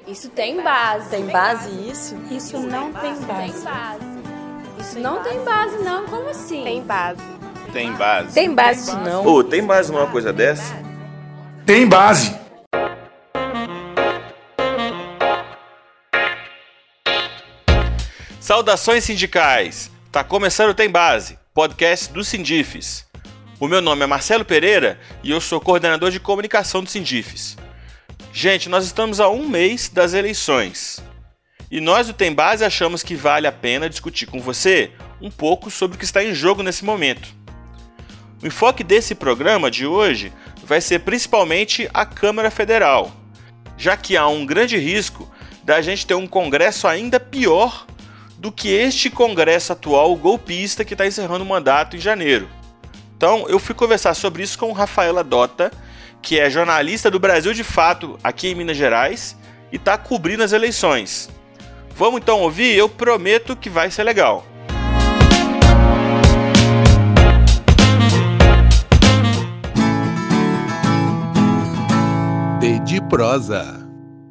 Isso tem base. Tem base isso? Isso não tem base. Tem base. Isso não tem base, não. Como assim? Tem base. Tem base. Tem base isso não. Ô, tem base numa coisa dessa? Tem base. Saudações sindicais! Tá começando o Tem Base, podcast do Sindifes. O meu nome é Marcelo Pereira e eu sou coordenador de comunicação do Sindifes. Gente, nós estamos a um mês das eleições. E nós do Tem Base achamos que vale a pena discutir com você um pouco sobre o que está em jogo nesse momento. O enfoque desse programa de hoje vai ser principalmente a Câmara Federal, já que há um grande risco da gente ter um Congresso ainda pior do que este Congresso atual golpista que está encerrando o mandato em janeiro. Então eu fui conversar sobre isso com Rafaela Dota, que é jornalista do Brasil de Fato aqui em Minas Gerais e está cobrindo as eleições. Vamos então ouvir? Eu prometo que vai ser legal. De prosa.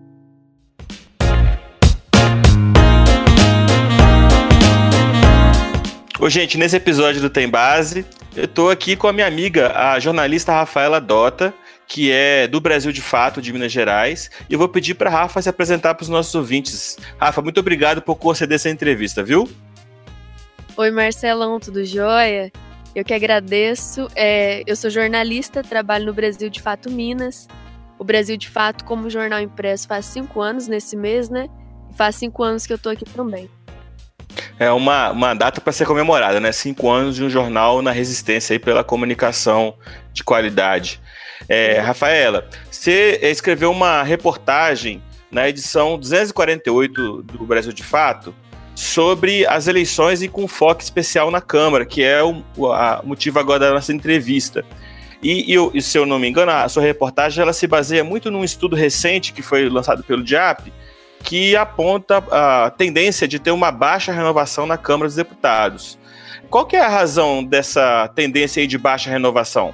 Ô, gente, nesse episódio do Tem Base, eu tô aqui com a minha amiga, a jornalista Rafaela Dota, que é do Brasil de Fato, de Minas Gerais, e eu vou pedir pra Rafa se apresentar pros nossos ouvintes. Rafa, muito obrigado por conceder essa entrevista, viu? Oi, Marcelão, tudo jóia? Eu que agradeço. Eu sou jornalista, trabalho no Brasil de Fato Minas. O Brasil de Fato, como jornal impresso, faz 5 anos nesse mês, né? E faz 5 anos que eu tô aqui também. É uma data para ser comemorada, né? 5 anos de um jornal na resistência aí pela comunicação de qualidade. Rafaela, você escreveu uma reportagem na edição 248 do Brasil de Fato sobre as eleições e com foco especial na Câmara, que é o motivo agora da nossa entrevista. E se eu não me engano, a sua reportagem ela se baseia muito num estudo recente que foi lançado pelo DIAP, que aponta a tendência de ter uma baixa renovação na Câmara dos Deputados. Qual que é a razão dessa tendência aí de baixa renovação?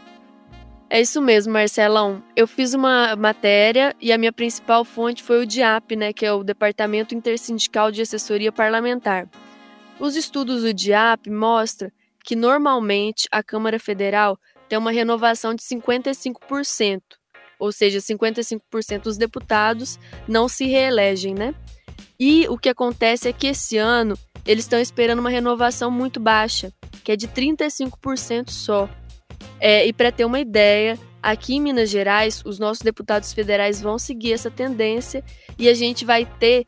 É isso mesmo, Marcelão. Eu fiz uma matéria e a minha principal fonte foi o DIAP, né, que é o Departamento Intersindical de Assessoria Parlamentar. Os estudos do DIAP mostram que normalmente a Câmara Federal tem uma renovação de 55%, ou seja, 55% dos deputados não se reelegem, né? E o que acontece é que esse ano eles estão esperando uma renovação muito baixa, que é de 35% só. E para ter uma ideia, aqui em Minas Gerais, os nossos deputados federais vão seguir essa tendência e a gente vai ter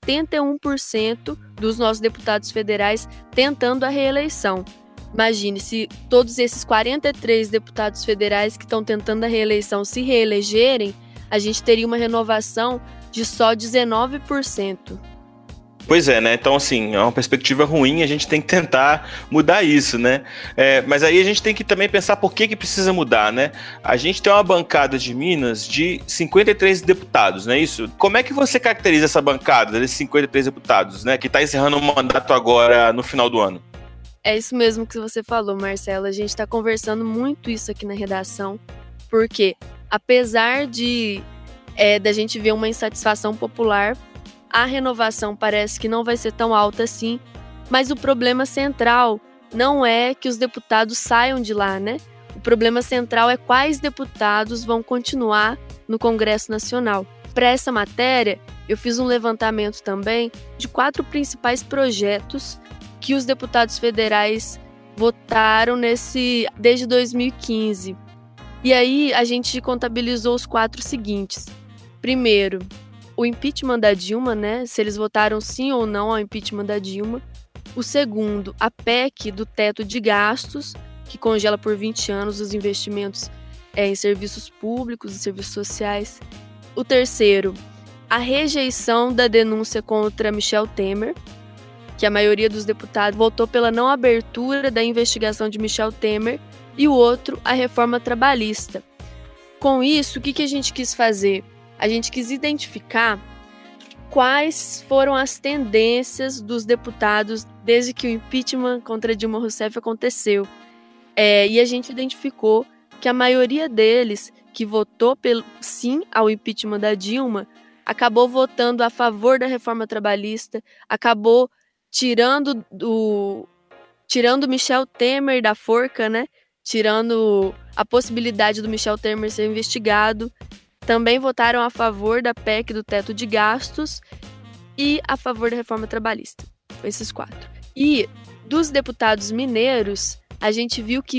81% dos nossos deputados federais tentando a reeleição. Imagine, se todos esses 43 deputados federais que estão tentando a reeleição se reelegerem, a gente teria uma renovação de só 19%. Pois é, né? Então, assim, é uma perspectiva ruim, a gente tem que tentar mudar isso, né? Mas aí a gente tem que também pensar por que precisa mudar, né? A gente tem uma bancada de Minas de 53 deputados, não é isso? Como é que você caracteriza essa bancada desses 53 deputados, né? Que está encerrando o mandato agora no final do ano? É isso mesmo que você falou, Marcelo. A gente está conversando muito isso aqui na redação, porque apesar da gente ver uma insatisfação popular, a renovação parece que não vai ser tão alta assim, mas o problema central não é que os deputados saiam de lá, né? O problema central é quais deputados vão continuar no Congresso Nacional. Para essa matéria, eu fiz um levantamento também de 4 principais projetos que os deputados federais votaram desde 2015. E aí a gente contabilizou os 4 seguintes. Primeiro, o impeachment da Dilma, né? Se eles votaram sim ou não ao impeachment da Dilma. O segundo, a PEC do teto de gastos, que congela por 20 anos os investimentos em serviços públicos e serviços sociais. O terceiro, a rejeição da denúncia contra Michel Temer, que a maioria dos deputados votou pela não abertura da investigação de Michel Temer, e o outro, a reforma trabalhista. Com isso, o que a gente quis fazer? A gente quis identificar quais foram as tendências dos deputados desde que o impeachment contra Dilma Rousseff aconteceu. E a gente identificou que a maioria deles que votou sim ao impeachment da Dilma acabou votando a favor da reforma trabalhista, acabou tirando Michel Temer da forca, né? Tirando a possibilidade do Michel Temer ser investigado. Também votaram a favor da PEC do teto de gastos e a favor da reforma trabalhista. Esses 4. E dos deputados mineiros, a gente viu que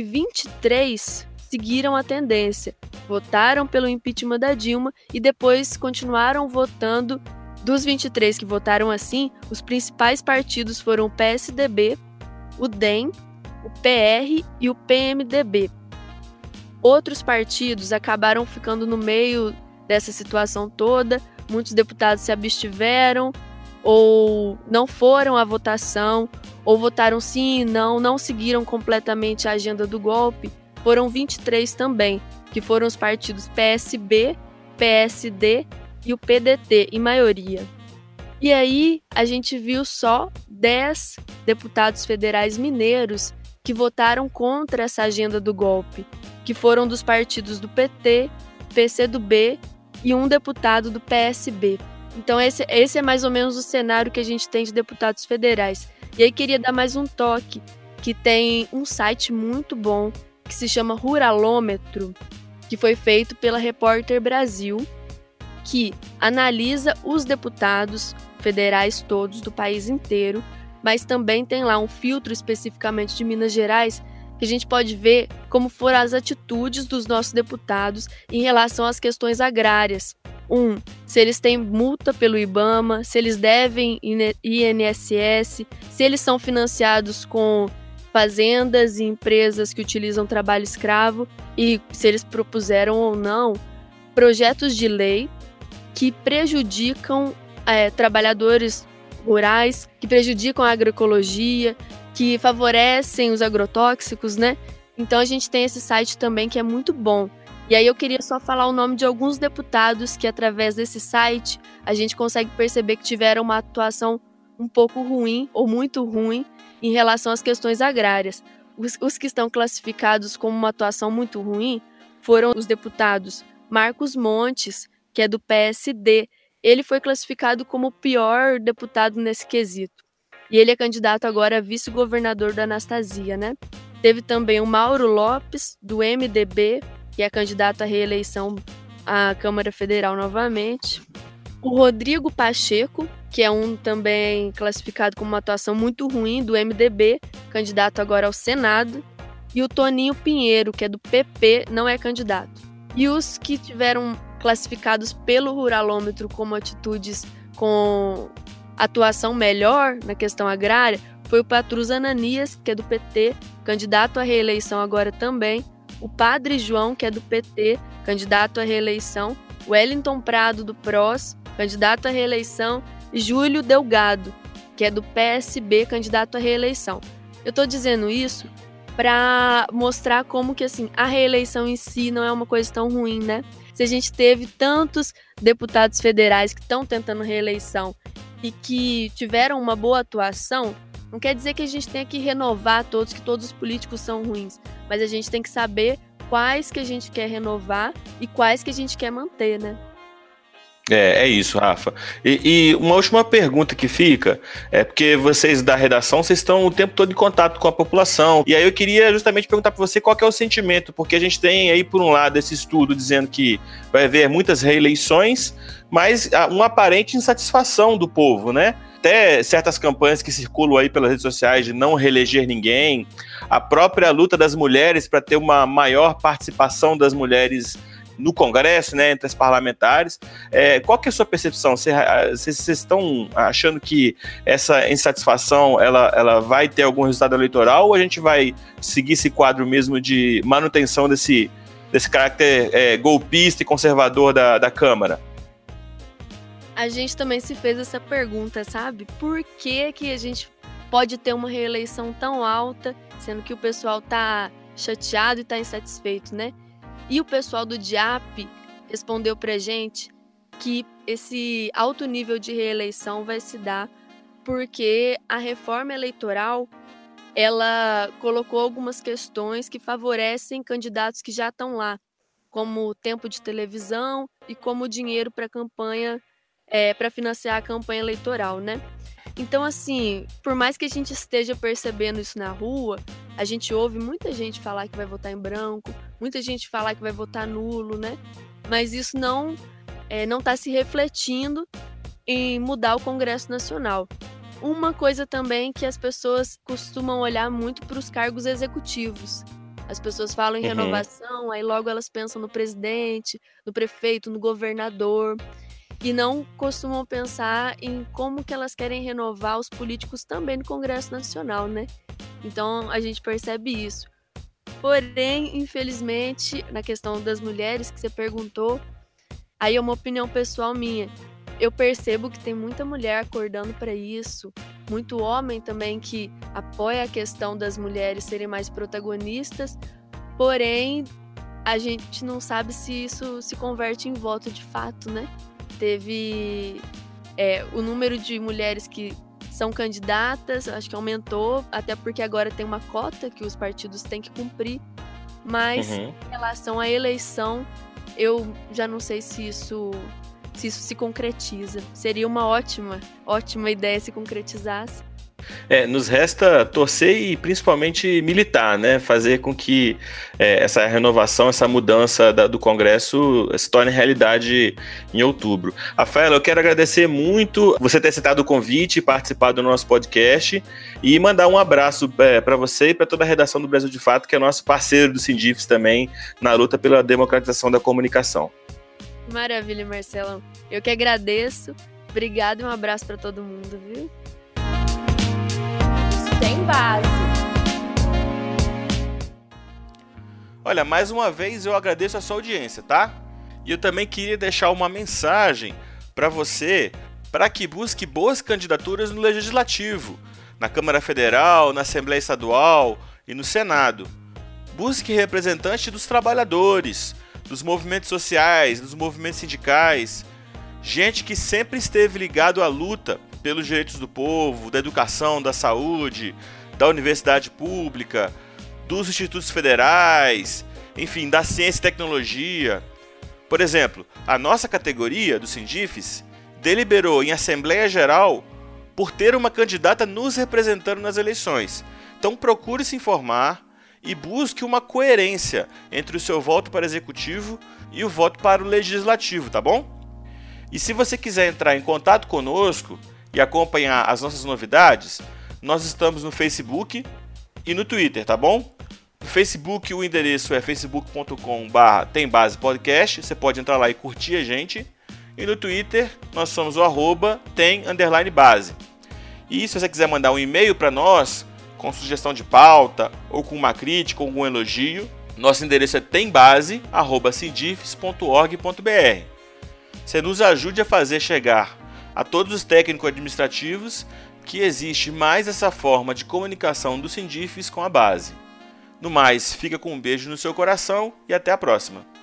23 seguiram a tendência. Votaram pelo impeachment da Dilma e depois continuaram votando. Dos 23 que votaram assim, os principais partidos foram o PSDB, o DEM, o PR e o PMDB. Outros partidos acabaram ficando no meio dessa situação toda, muitos deputados se abstiveram, ou não foram à votação, ou votaram sim e não seguiram completamente a agenda do golpe. Foram 23 também, que foram os partidos PSB, PSD e o PDT, em maioria. E aí, a gente viu só 10 deputados federais mineiros que votaram contra essa agenda do golpe, que foram dos partidos do PT, PCdoB e um deputado do PSB. Então esse é mais ou menos o cenário que a gente tem de deputados federais. E aí queria dar mais um toque, que tem um site muito bom, que se chama Ruralômetro, que foi feito pela Repórter Brasil, que analisa os deputados federais todos do país inteiro, mas também tem lá um filtro especificamente de Minas Gerais, que a gente pode ver como foram as atitudes dos nossos deputados em relação às questões agrárias. Se eles têm multa pelo IBAMA, se eles devem INSS, se eles são financiados com fazendas e empresas que utilizam trabalho escravo e se eles propuseram ou não projetos de lei que prejudicam trabalhadores rurais, que prejudicam a agroecologia, que favorecem os agrotóxicos, né? Então a gente tem esse site também que é muito bom. E aí eu queria só falar o nome de alguns deputados que através desse site a gente consegue perceber que tiveram uma atuação um pouco ruim ou muito ruim em relação às questões agrárias. Os que estão classificados como uma atuação muito ruim foram os deputados Marcos Montes, que é do PSD. Ele foi classificado como o pior deputado nesse quesito. E ele é candidato agora a vice-governador da Anastasia, né? Teve também o Mauro Lopes, do MDB, que é candidato à reeleição à Câmara Federal novamente. O Rodrigo Pacheco, que é um também classificado como uma atuação muito ruim, do MDB, candidato agora ao Senado. E o Toninho Pinheiro, que é do PP, não é candidato. E os que tiveram classificados pelo Ruralômetro como atitudes com atuação melhor na questão agrária foi o Patrus Ananias, que é do PT, candidato à reeleição agora também, o Padre João, que é do PT, candidato à reeleição, o Wellington Prado, do PROS, candidato à reeleição, e Júlio Delgado, que é do PSB, candidato à reeleição. Eu estou dizendo isso para mostrar como que assim, a reeleição em si não é uma coisa tão ruim, né? Se a gente teve tantos deputados federais que estão tentando reeleição e que tiveram uma boa atuação, não quer dizer que a gente tenha que renovar todos, que todos os políticos são ruins, mas a gente tem que saber quais que a gente quer renovar e quais que a gente quer manter, né? É isso, Rafa. E uma última pergunta que fica, porque vocês da redação, vocês estão o tempo todo em contato com a população, e aí eu queria justamente perguntar para você qual que é o sentimento, porque a gente tem aí, por um lado, esse estudo dizendo que vai haver muitas reeleições, mas uma aparente insatisfação do povo, né? Até certas campanhas que circulam aí pelas redes sociais de não reeleger ninguém, a própria luta das mulheres para ter uma maior participação das mulheres no Congresso, né, entre as parlamentares. Qual que é a sua percepção? Vocês estão achando que essa insatisfação ela vai ter algum resultado eleitoral, ou a gente vai seguir esse quadro mesmo de manutenção desse caráter golpista e conservador da Câmara? A gente também se fez essa pergunta, sabe? Por que que a gente pode ter uma reeleição tão alta, sendo que o pessoal tá chateado e tá insatisfeito, né? E o pessoal do DIAP respondeu pra gente que esse alto nível de reeleição vai se dar porque a reforma eleitoral, ela colocou algumas questões que favorecem candidatos que já estão lá, como o tempo de televisão e como o dinheiro para campanha para financiar a campanha eleitoral, né? Então, assim, por mais que a gente esteja percebendo isso na rua, a gente ouve muita gente falar que vai votar em branco, muita gente falar que vai votar nulo, né? Mas isso não está se refletindo em mudar o Congresso Nacional. Uma coisa também que as pessoas costumam olhar muito para os cargos executivos. As pessoas falam em renovação, aí logo elas pensam no presidente, no prefeito, no governador, e não costumam pensar em como que elas querem renovar os políticos também no Congresso Nacional, né? Então a gente percebe isso. Porém, infelizmente, na questão das mulheres que você perguntou, aí é uma opinião pessoal minha. Eu percebo que tem muita mulher acordando para isso, muito homem também que apoia a questão das mulheres serem mais protagonistas, porém a gente não sabe se isso se converte em voto de fato, né? Teve o número de mulheres que são candidatas, acho que aumentou, até porque agora tem uma cota que os partidos têm que cumprir, mas em relação à eleição, eu já não sei se isso se concretiza. Seria uma ótima ideia se concretizasse. Nos resta torcer e principalmente militar, né? Fazer com que essa renovação, essa mudança do Congresso se torne realidade em outubro. Rafaela, eu quero agradecer muito você ter aceitado o convite e participado do nosso podcast e mandar um abraço para você e para toda a redação do Brasil de Fato, que é nosso parceiro do Sindifes também na luta pela democratização da comunicação. Maravilha, Marcelo. Eu que agradeço. Obrigado e um abraço para todo mundo, viu? Isso tem base. Olha, mais uma vez eu agradeço a sua audiência, tá? E eu também queria deixar uma mensagem para você, para que busque boas candidaturas no Legislativo, na Câmara Federal, na Assembleia Estadual e no Senado. Busque representante dos trabalhadores, dos movimentos sociais, dos movimentos sindicais, gente que sempre esteve ligado à luta pelos direitos do povo, da educação, da saúde, da universidade pública, dos institutos federais, enfim, da ciência e tecnologia. Por exemplo, a nossa categoria do Sindifes deliberou em Assembleia Geral por ter uma candidata nos representando nas eleições. Então procure se informar e busque uma coerência entre o seu voto para o executivo e o voto para o legislativo, tá bom? E se você quiser entrar em contato conosco e acompanhar as nossas novidades, nós estamos no Facebook e no Twitter, tá bom? No Facebook o endereço é facebook.com/tembasepodcast, você pode entrar lá e curtir a gente. E no Twitter nós somos o @tem_base. E se você quiser mandar um e-mail para nós, com sugestão de pauta, ou com uma crítica, ou algum elogio, nosso endereço é tembase@sindifes.org.br. Você nos ajude a fazer chegar a todos os técnicos administrativos que existe mais essa forma de comunicação do Sindifes com a base. No mais, fica com um beijo no seu coração e até a próxima.